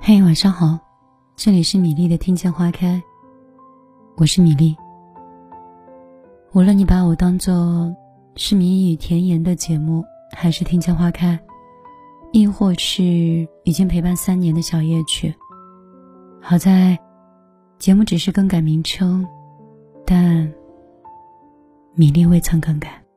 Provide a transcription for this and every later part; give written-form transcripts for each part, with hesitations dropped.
嘿，晚上好，这里是米粒的听见花开，我是米粒。无论你把我当作是谜语甜言的节目，还是听见花开，亦或是已经陪伴3年的小夜曲，好在节目只是更改名称，但米粒未曾更改。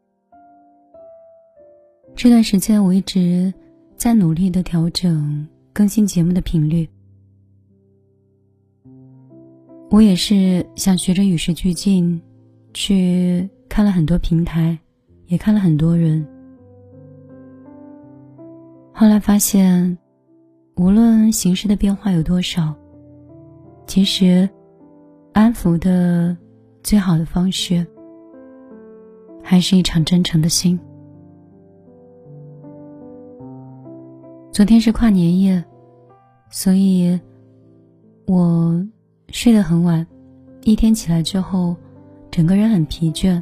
这段时间我一直在努力的调整更新节目的频率，我也是想学着与时俱进，去看了很多平台，也看了很多人。后来发现，无论形势的变化有多少，其实安抚的最好的方式，还是一场真诚的心。昨天是跨年夜，所以我睡得很晚，一天起来之后整个人很疲倦，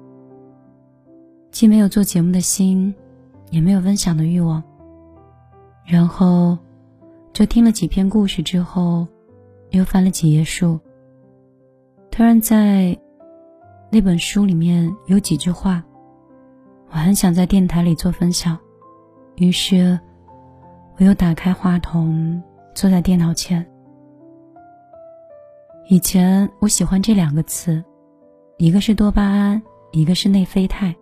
既没有做节目的心，也没有分享的欲望。然后就听了几篇故事之后，又翻了几页书，突然在那本书里面有几句话我很想在电台里做分享，于是我又打开话筒，坐在电脑前。以前我喜欢这2个词，一个是多巴胺，一个是内啡肽。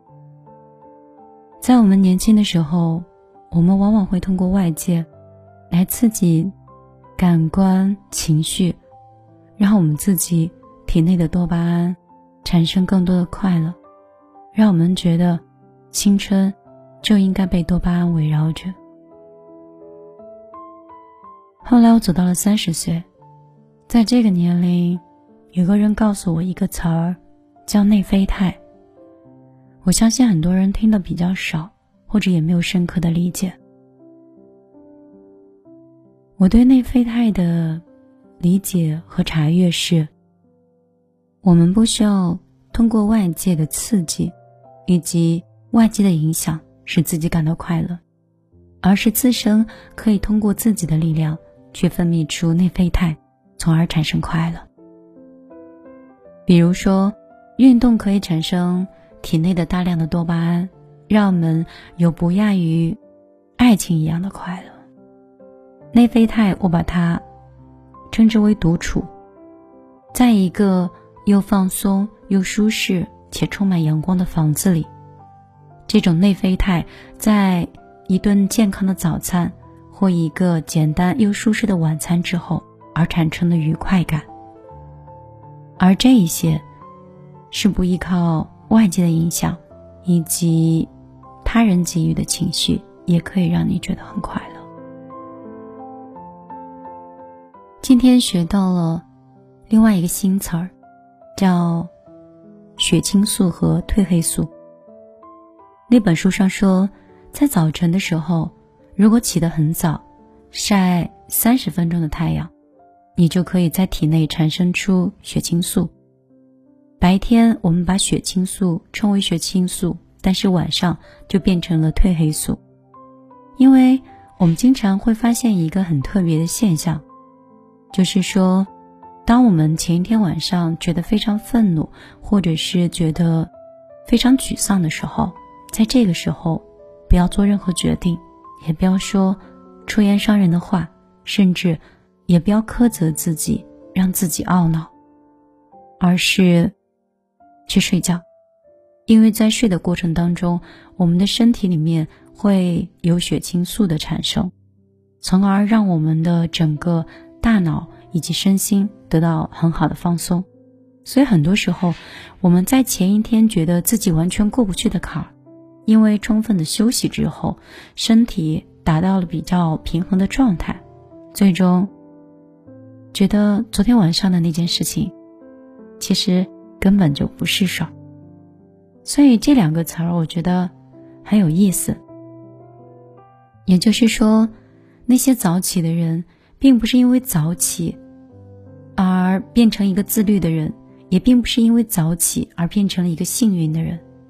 在我们年轻的时候，我们往往会通过外界来刺激感官情绪，让我们自己体内的多巴胺产生更多的快乐，让我们觉得青春就应该被多巴胺围绕着。后来我走到了30岁，在这个年龄，有个人告诉我一个词儿，叫内啡肽。我相信很多人听得比较少，或者也没有深刻的理解。我对内啡肽的理解和查阅是，我们不需要通过外界的刺激以及外界的影响使自己感到快乐，而是自身可以通过自己的力量去分泌出内啡肽，从而产生快乐。比如说，运动可以产生体内的大量的多巴胺，让我们有不亚于爱情一样的快乐。内啡肽我把它称之为独处，在一个又放松又舒适且充满阳光的房子里，这种内啡肽在一顿健康的早餐或一个简单又舒适的晚餐之后而产生的愉快感，而这一些是不依靠外界的影响以及他人给予的情绪，也可以让你觉得很快乐。今天学到了另外一个新词儿，叫血清素和褪黑素。那本书上说，在早晨的时候，如果起得很早，晒30分钟的太阳，你就可以在体内产生出血清素。白天我们把血清素称为血清素，但是晚上就变成了褪黑素。因为我们经常会发现一个很特别的现象，就是说，当我们前一天晚上觉得非常愤怒，或者是觉得非常沮丧的时候，在这个时候不要做任何决定，也不要说出言伤人的话，甚至也不要苛责自己，让自己懊恼，而是去睡觉。因为在睡的过程当中，我们的身体里面会有血清素的产生，从而让我们的整个大脑以及身心得到很好的放松。所以很多时候我们在前一天觉得自己完全过不去的坎儿，因为充分的休息之后，身体达到了比较平衡的状态，最终觉得昨天晚上的那件事情其实根本就不是事儿。所以这2个词儿我觉得很有意思。也就是说，那些早起的人并不是因为早起而变成一个自律的人，也并不是因为早起而变成了一个幸运的人，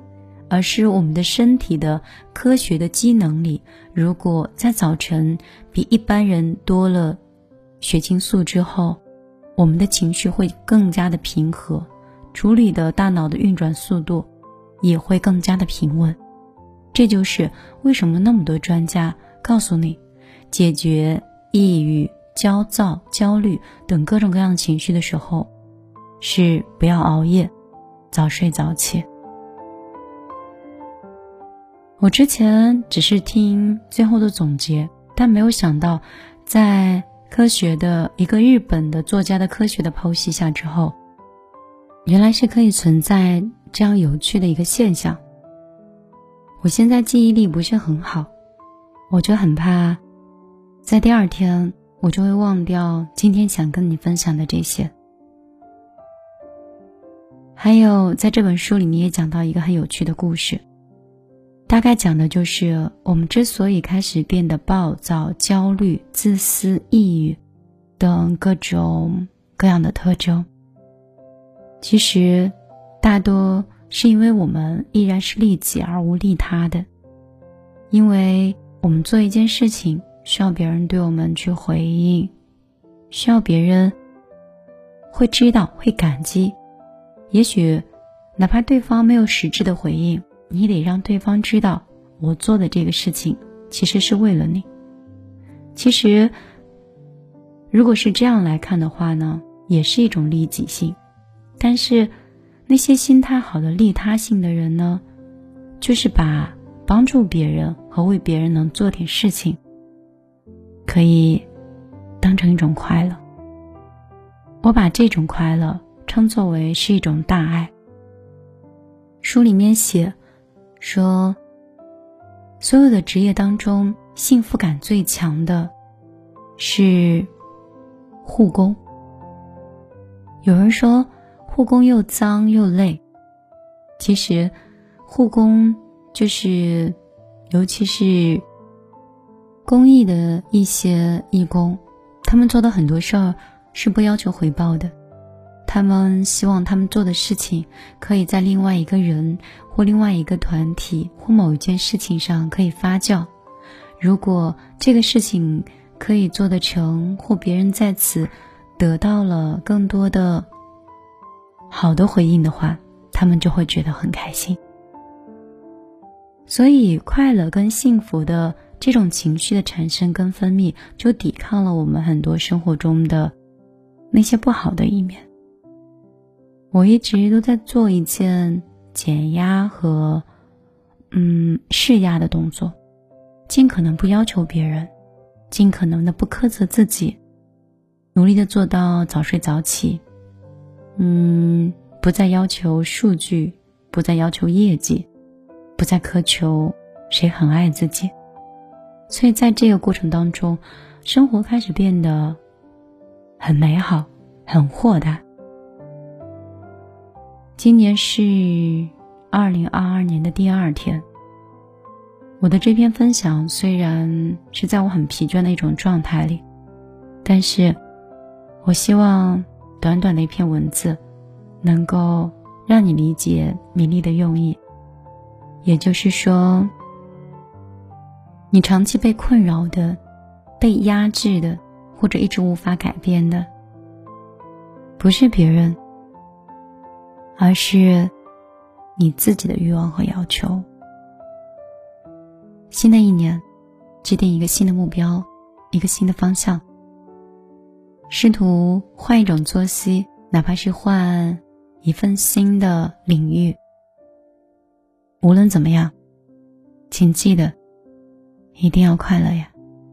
而是我们的身体的科学的机能里，如果在早晨比一般人多了血清素之后，我们的情绪会更加的平和，处理的大脑的运转速度也会更加的平稳。这就是为什么那么多专家告诉你，解决抑郁、焦躁、焦虑等各种各样的情绪的时候，是不要熬夜，早睡早起。我之前只是听最后的总结，但没有想到在科学的一个日本的作家的科学的剖析下之后，原来是可以存在这样有趣的一个现象。我现在记忆力不是很好，我就很怕在第二天我就会忘掉今天想跟你分享的这些。还有在这本书里面也讲到一个很有趣的故事，大概讲的就是我们之所以开始变得暴躁、焦虑、自私、抑郁等各种各样的特征，其实大多是因为我们依然是利己而无利他的。因为我们做一件事情需要别人对我们去回应，需要别人会知道、会感激，也许哪怕对方没有实质的回应，你得让对方知道我做的这个事情其实是为了你。其实如果是这样来看的话呢，也是一种利己性。但是那些心态好的利他性的人呢，就是把帮助别人和为别人能做点事情可以当成一种快乐。我把这种快乐称作为是一种大爱。书里面写说，所有的职业当中幸福感最强的是护工。有人说护工又脏又累，其实护工就是尤其是公益的一些义工，他们做的很多事儿是不要求回报的，他们希望他们做的事情可以在另外一个人或另外一个团体或某一件事情上可以发酵。如果这个事情可以做得成，或别人在此得到了更多的好的回应的话，他们就会觉得很开心。所以快乐跟幸福的这种情绪的产生跟分泌，就抵抗了我们很多生活中的那些不好的一面。我一直都在做一件减压和释压的动作，尽可能不要求别人，尽可能的不苛责自己，努力的做到早睡早起，不再要求数据，不再要求业绩，不再苛求谁很爱自己。所以在这个过程当中，生活开始变得很美好，很豁达。今年是2022年的第2天，我的这篇分享虽然是在我很疲倦的一种状态里，但是我希望短短的一篇文字能够让你理解米粒的用意。也就是说，你长期被困扰的、被压制的，或者一直无法改变的，不是别人，而是你自己的欲望和要求。新的一年，制定一个新的目标，一个新的方向，试图换一种作息，哪怕是换一份新的领域。无论怎么样，请记得一定要快乐呀。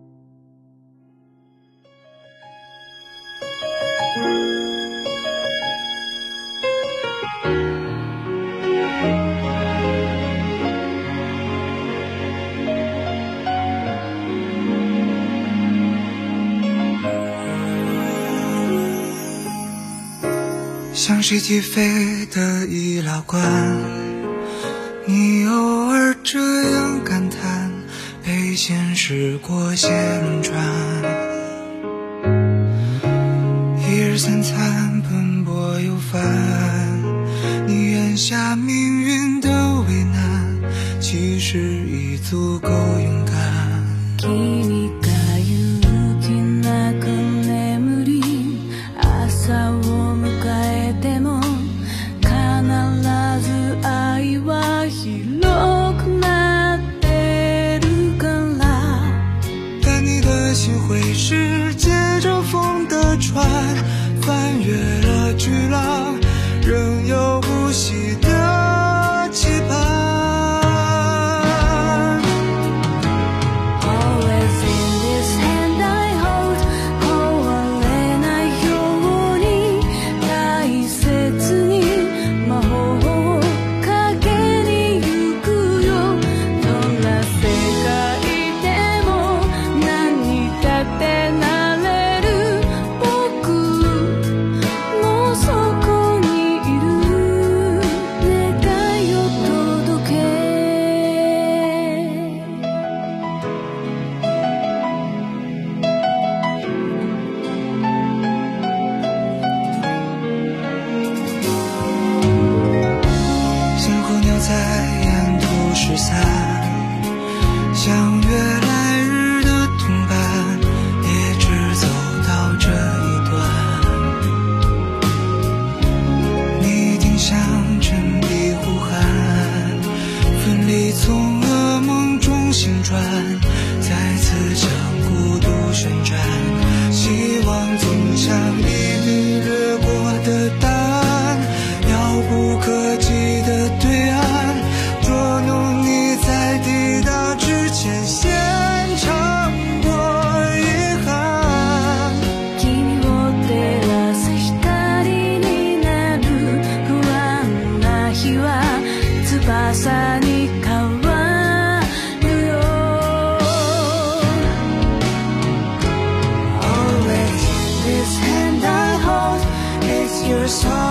像是起飞的易拉罐，你偶尔这样感叹，被现实过线穿。一日三餐奔波又烦，你眼下命运的为难， 足够勇敢。 君が勇気なく眠り朝を迎えても必ず愛は広くなってるから但你的心会是借着风的船，翻越了巨浪，仍有不息的期盼。 Always in this hand I hold 壊れないように大切に魔法をかけに行くよどんな世界でも何にだってなれる僕もそこにいる願いを届け像候鸟在沿途失散，像越来日的同伴，也只走到这一段。你一定像振臂呼喊，奋力从噩梦中醒转，再次将孤独旋转，希望总像一缕掠过的答案，遥不可及的对岸，捉弄你在抵达之前先尝过遗憾。 君を照らす光になる不安な日は翼に変わるよ Always this hand I hold It's your soul